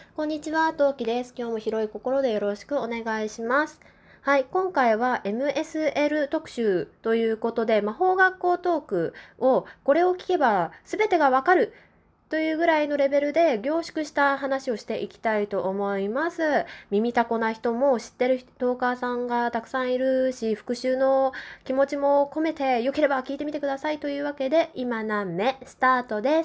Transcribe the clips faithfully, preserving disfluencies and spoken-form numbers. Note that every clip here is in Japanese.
こんにちは、トウキです。今日も広い心でよろしくお願いします。はい、今回は エムエスエル 特集ということで、魔法学校トークをこれを聞けば全てがわかるというぐらいのレベルで凝縮した話をしていきたいと思います。耳たこな人も知ってるトーカーさんがたくさんいるし、復習の気持ちも込めてよければ聞いてみてくださいというわけで、今何目スタートです。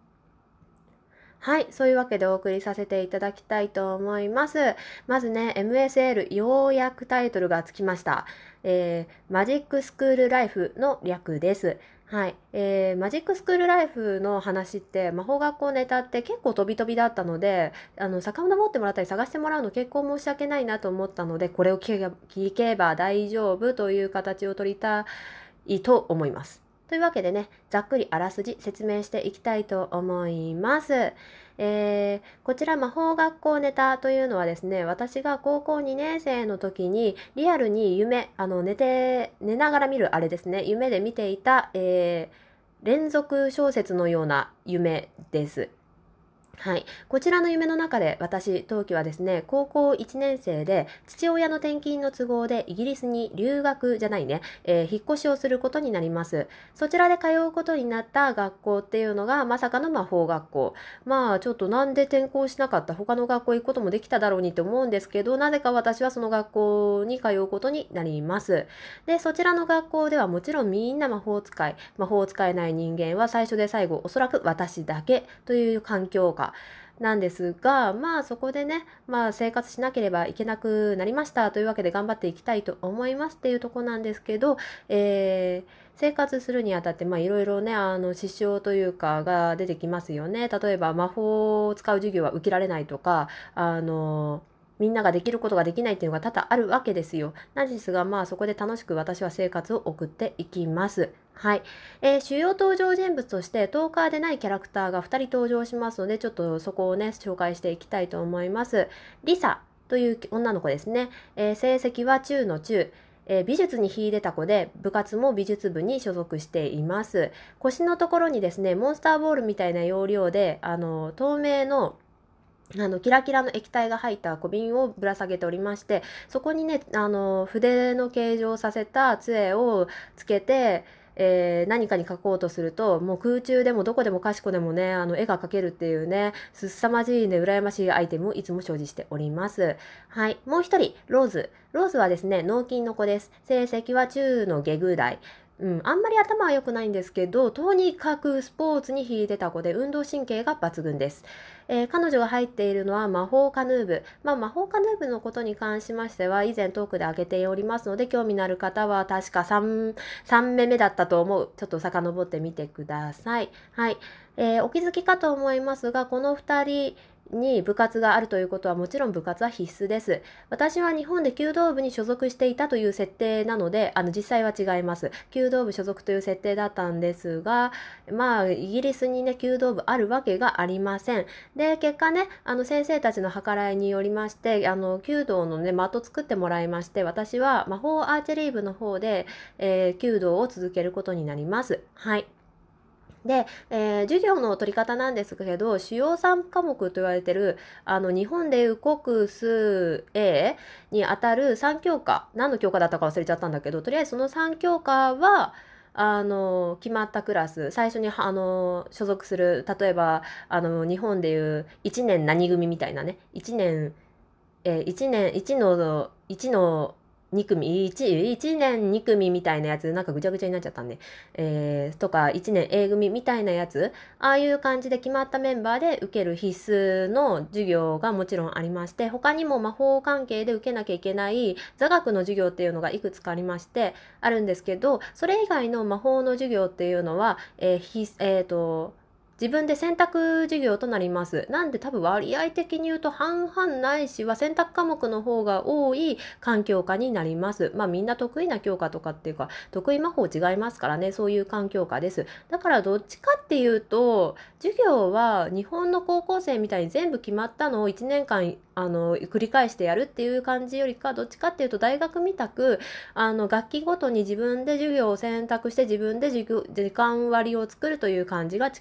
はい、そういうわけでお送りさせていただきたいと思います。まずね、エムエスエル ようやくタイトルがつきました。えー、マジックスクールライフの略です。はい、えー、マジックスクールライフの話って魔法学校ネタって結構飛び飛びだったので、あの遡ってもらったり探してもらうの結構申し訳ないなと思ったので、これを聞けば聞けば大丈夫という形を取りたいと思います。というわけでね、ざっくりあらすじ説明していきたいと思います。えー、こちら魔法学校ネタというのはですね、私が高校にねん生の時にリアルに夢、あの寝て、寝ながら見るあれですね、夢で見ていた、えー、連続小説のような夢です。はい、こちらの夢の中で私、陶器はですね、高校いちねん生で父親の転勤の都合でイギリスに留学じゃないね、えー引っ越しをすることになります。そちらで通うことになった学校っていうのがまさかの魔法学校。まあちょっとなんで転校しなかった他の学校行くこともできただろうにって思うんですけど、なぜか私はその学校に通うことになります。で、そちらの学校ではもちろんみんな魔法使い、魔法を使えない人間は最初で最後、おそらく私だけという環境下なんですが、まあそこでね、まあ生活しなければいけなくなりましたというわけで頑張っていきたいと思いますっていうとこなんですけど、えー、生活するにあたってまあいろいろね、あの支障というかが出てきますよね。例えば魔法を使う授業は受けられないとか、あのみんなができることができないっていうのが多々あるわけですよ。なんですが、まあそこで楽しく私は生活を送っていきます。はい。えー主要登場人物としてトーカーでないキャラクターがふたり登場しますので、ちょっとそこをね、紹介していきたいと思います。リサという女の子ですね。えー成績は中の中。えー美術に秀でた子で、部活も美術部に所属しています。腰のところにですね、モンスターボールみたいな要領で、あの、透明のあのキラキラの液体が入った小瓶をぶら下げておりまして、そこにね、あの筆の形状をさせた杖をつけて、えー何かに描こうとすると、もう空中でもどこでもかしこでもね、あの絵が描けるっていうね、すさまじいね、羨ましいアイテムをいつも所持しております。はい。もう一人、ローズ。ローズはですね、脳筋の子です。成績は中の下宮台。うん、あんまり頭は良くないんですけど、とにかくスポーツに秀でた子で運動神経が抜群です。えー彼女が入っているのは魔法カヌー部。まあ、魔法カヌー部のことに関しましては、以前トークで挙げておりますので、興味のある方は確かさん、さんめめだったと思う。ちょっと遡ってみてください。はい。えーお気づきかと思いますが、このふたりに部活があるということはもちろん部活は必須です。私は日本で弓道部に所属していたという設定なので、あの実際は違います。弓道部所属という設定だったんですが、まあイギリスにね、弓道部あるわけがありません。で、結果ね、あの先生たちの計らいによりまして、あの弓道のね、的作ってもらいまして、私は魔法アーチェリー部の方で、えー弓道を続けることになります。はい。で、えー授業の取り方なんですけど、主要さん科目と言われてる、あの、日本でいう国数英にあたるさん教科、何の教科だったか忘れちゃったんだけど、とりあえずそのさん教科は、あの、決まったクラス、最初に、あの、所属する、例えば、あの、日本でいういちねん何組みたいなね、いちねんえー、いちねん、いちの、いちのに組、いち、いちねんに組みたいなやつ、なんかぐちゃぐちゃになっちゃったんで、えー、とか、いちねん A 組みたいなやつ、ああいう感じで決まったメンバーで受ける必須の授業がもちろんありまして、他にも魔法関係で受けなきゃいけない座学の授業っていうのがいくつかありまして、あるんですけど、それ以外の魔法の授業っていうのは、えー、ひ、えーと、自分で選択授業となります。なんで多分割合的に言うと半々ないしは選択科目の方が多い環境科になります。まあみんな得意な教科とかっていうか得意魔法違いますからね、そういう環境科です。だからどっちかっていうと授業は日本の高校生みたいに全部決まったのをいちねんかんあの繰り返してやるっていう感じよりか、どっちかっていうと大学みたくあの学期ごとに自分で授業を選択して自分で授業時間割を作るという感じが近いと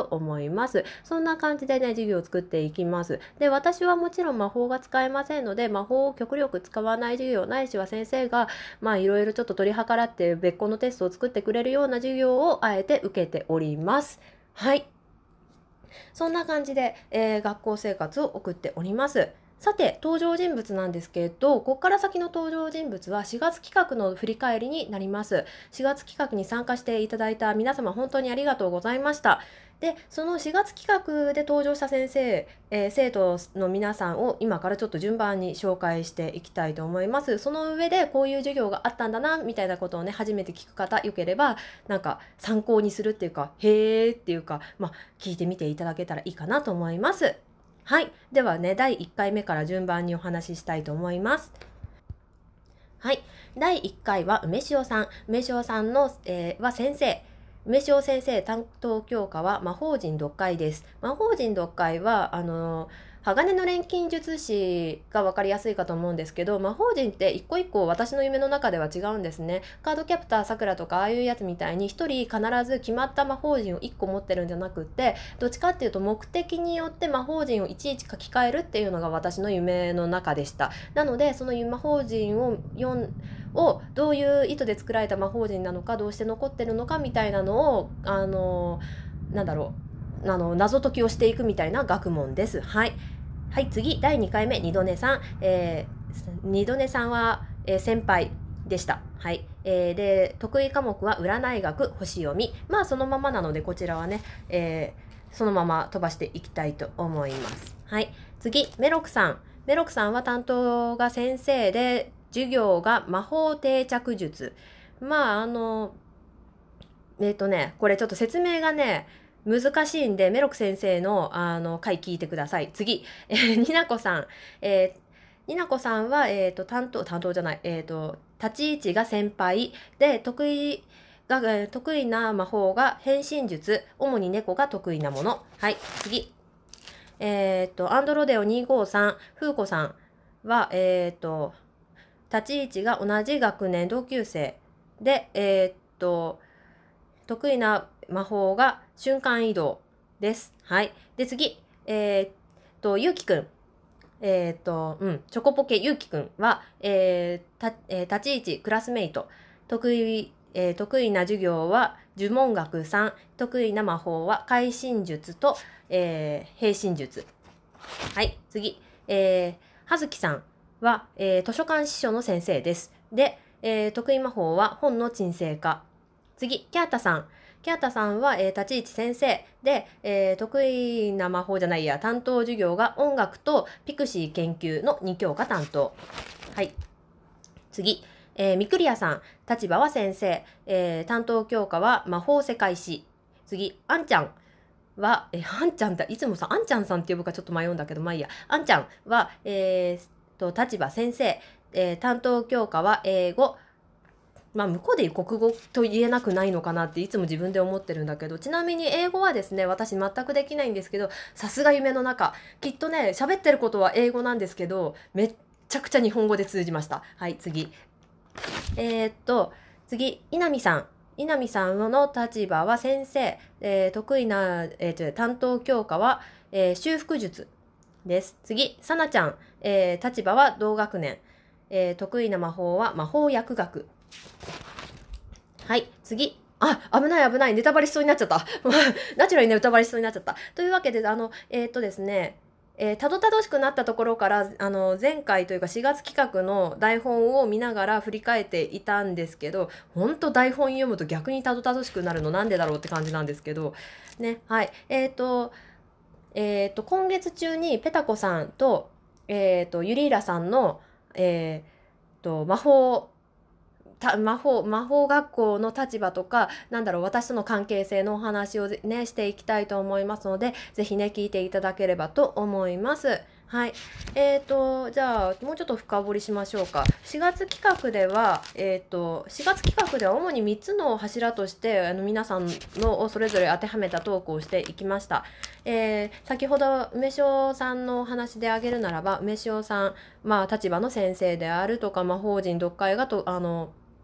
思います。そんな感じでね、授業を作っていきます。で、私はもちろん魔法が使えませんので、魔法を極力使わない授業、ないしは先生が、まあいろいろちょっと取り計らって別個のテストを作ってくれるような授業をあえて受けております。はい。そんな感じで、えー、学校生活を送っております。さて、登場人物なんですけど、ここから先の登場人物はしがつ企画の振り返りになります。しがつ企画に参加していただいた皆様、本当にありがとうございました。で、そのしがつ企画で登場した先生、えー、生徒の皆さんを今からちょっと順番に紹介していきたいと思います。その上でこういう授業があったんだなみたいなことをね、初めて聞く方よければなんか参考にするっていうか、へーっていうか、まあ聞いてみていただけたらいいかなと思います。はい。ではね、だいいっかいめから順番にお話ししたいと思います。はい。だいいっかいは梅塩さん。梅塩さんの、えー、は先生。梅塩先生担当教科は魔法陣読解です。魔法陣読解は、あのー、鋼の錬金術師が分かりやすいかと思うんですけど、魔法陣って一個一個私の夢の中では違うんですね。カードキャプターさくらとかああいうやつみたいに一人必ず決まった魔法陣を一個持ってるんじゃなくって、どっちかっていうと目的によって魔法陣をいちいち書き換えるっていうのが私の夢の中でした。なのでその魔法陣を読んをどういう意図で作られた魔法陣なのか、どうして残ってるのかみたいなのをあのなんだろうあの謎解きをしていくみたいな学問です。はいはい、次だいにかいめ二度寝さん、えー、二度寝さんは、えー、先輩でした。はい、えー、で得意科目は占い学、星読み。まあそのままなのでこちらはね、えー、そのまま飛ばしていきたいと思います。はい、次メロクさん。メロクさんは担当が先生で授業が魔法定着術。まああのえっ、ー、とねこれちょっと説明がね難しいんでメロク先生のあの回聞いてください。次、えー、になこさん、えー、になこさんは、えー、と担当担当じゃない、えー、と立ち位置が先輩で得意が、えー、得意な魔法が変身術、主に猫が得意なもの。はい、次、えっ、ー、とアンドロデオにひゃくごじゅうさん、風子さんはえっ、ー、と立ち位置が同じ学年同級生で、えっ、ー、と得意な魔法が瞬間移動です。はい。で、次、えー、っと、ゆうきくん。えー、っと、うん、チョコポケゆうきくんは、えーたえー、立ち位置、クラスメイト。得意、えー、得意な授業は呪文学さん。得意な魔法は会心術と、えー、平心術。はい、次。えー、はずきさんは、えー、図書館司書の先生です。で、えー、得意魔法は本の鎮静化。次、キャータさん。キャータさんは、えー、立ち位置先生で、えー、得意な魔法じゃないや、担当授業が音楽とピクシー研究のに教科担当。はい。次、えー、ミクリアさん。立場は先生。えー、担当教科は魔法世界史。次、あんちゃんは、えー、あんちゃんだ、いつもさ、あんちゃんさんって呼ぶかちょっと迷うんだけど、まあいいや。あんちゃんは、えー、と、立場先生。えー、担当教科は英語。まあ向こうで国語と言えなくないのかなっていつも自分で思ってるんだけど、ちなみに英語はですね、私全くできないんですけど、さすが夢の中。きっとね、喋ってることは英語なんですけど、めっちゃくちゃ日本語で通じました。はい、次。えー、っと、次、稲見さん。稲見さんの立場は先生。えー、得意な、えー、担当教科は、えー、修復術です。次、さなちゃん。えー、立場は同学年。えー、得意な魔法は魔法薬学。はい、次。あ、危ない危ない。ネタバレしそうになっちゃった。ナチュラルにネタバレしそうになっちゃった。というわけで、あの、えー、っとですね、えー、たどたどしくなったところからあの前回というかしがつ企画の台本を見ながら振り返っていたんですけど、ほんと台本読むと逆にたどたどしくなるのなんでだろうって感じなんですけどね。はい、えっ、ー、とえっ、ー、と今月中にペタコさんとえっ、ー、とユリーラさんのえっ、と魔法魔法魔法学校の立場とかなんだろう私との関係性のお話をねしていきたいと思いますので、ぜひね聞いていただければと思います。はい、えーとじゃあもうちょっと深掘りしましょうか。しがつ企画では、えーとしがつ企画では主にみっつの柱としてあの皆さんのをそれぞれ当てはめたトークをしていきました。えー、先ほど梅塩さんのお話で挙げるならば、梅塩さん、まあ、立場の先生であるとか魔法陣読解がとあの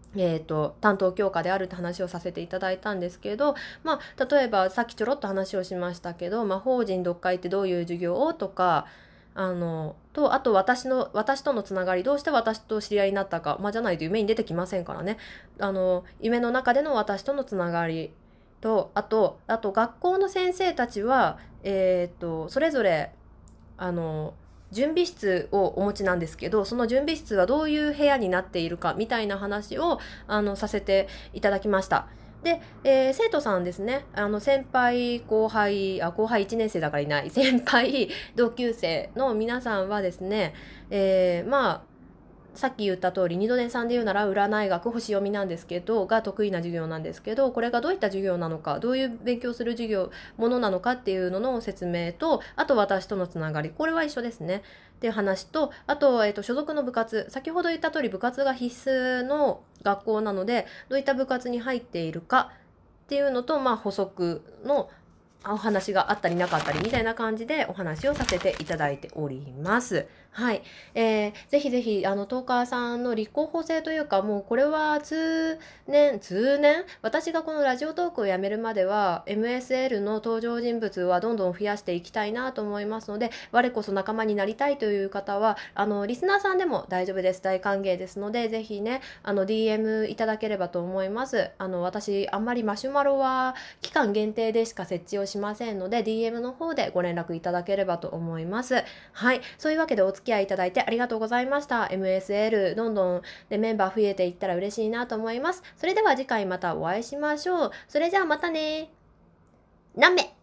えーと、担当教科であるって話をさせていただいたんですけど、まあ、例えばさっきちょろっと話をしましたけど、まあ、法人読解ってどういう授業をとか、あのとあと私の私とのつながり、どうして私と知り合いになったか、まあ、じゃないと夢に出てきませんからね。あの夢の中での私とのつながりと、あとあと学校の先生たちは、えーと、それぞれあの準備室をお持ちなんですけど、その準備室はどういう部屋になっているかみたいな話をあのさせていただきました。で、えー生徒さんですね、あの先輩後輩あ後輩いちねん生だからいない、先輩同級生の皆さんはですね、えーまあさっき言った通り、二度年さんで言うなら占い学、星読みなんですけどが得意な授業なんですけど、これがどういった授業なのか、どういう勉強する授業ものなのかっていうのの説明と、あと私とのつながり、これは一緒ですねっていう話と、あと、えーと、所属の部活、先ほど言った通り部活が必須の学校なので、どういった部活に入っているかっていうのと、まあ、補足のお話があったりなかったりみたいな感じでお話をさせていただいております。はい。えー、ぜひぜひ、あの、トーカーさんの立候補制というか、もうこれは通年、通年私がこのラジオトークをやめるまでは、エムエスエル の登場人物はどんどん増やしていきたいなと思いますので、我こそ仲間になりたいという方は、あの、リスナーさんでも大丈夫です。大歓迎ですので、ぜひね、あの、ディーエム いただければと思います。あの、私、あんまりマシュマロは期間限定でしか設置をしませんので、ディーエム の方でご連絡いただければと思います。はい。そういうわけでお付き合いいただいてありがとうございました。エムエスエル どんどんでメンバー増えていったら嬉しいなと思います。それでは次回またお会いしましょう。それじゃあまたね。何名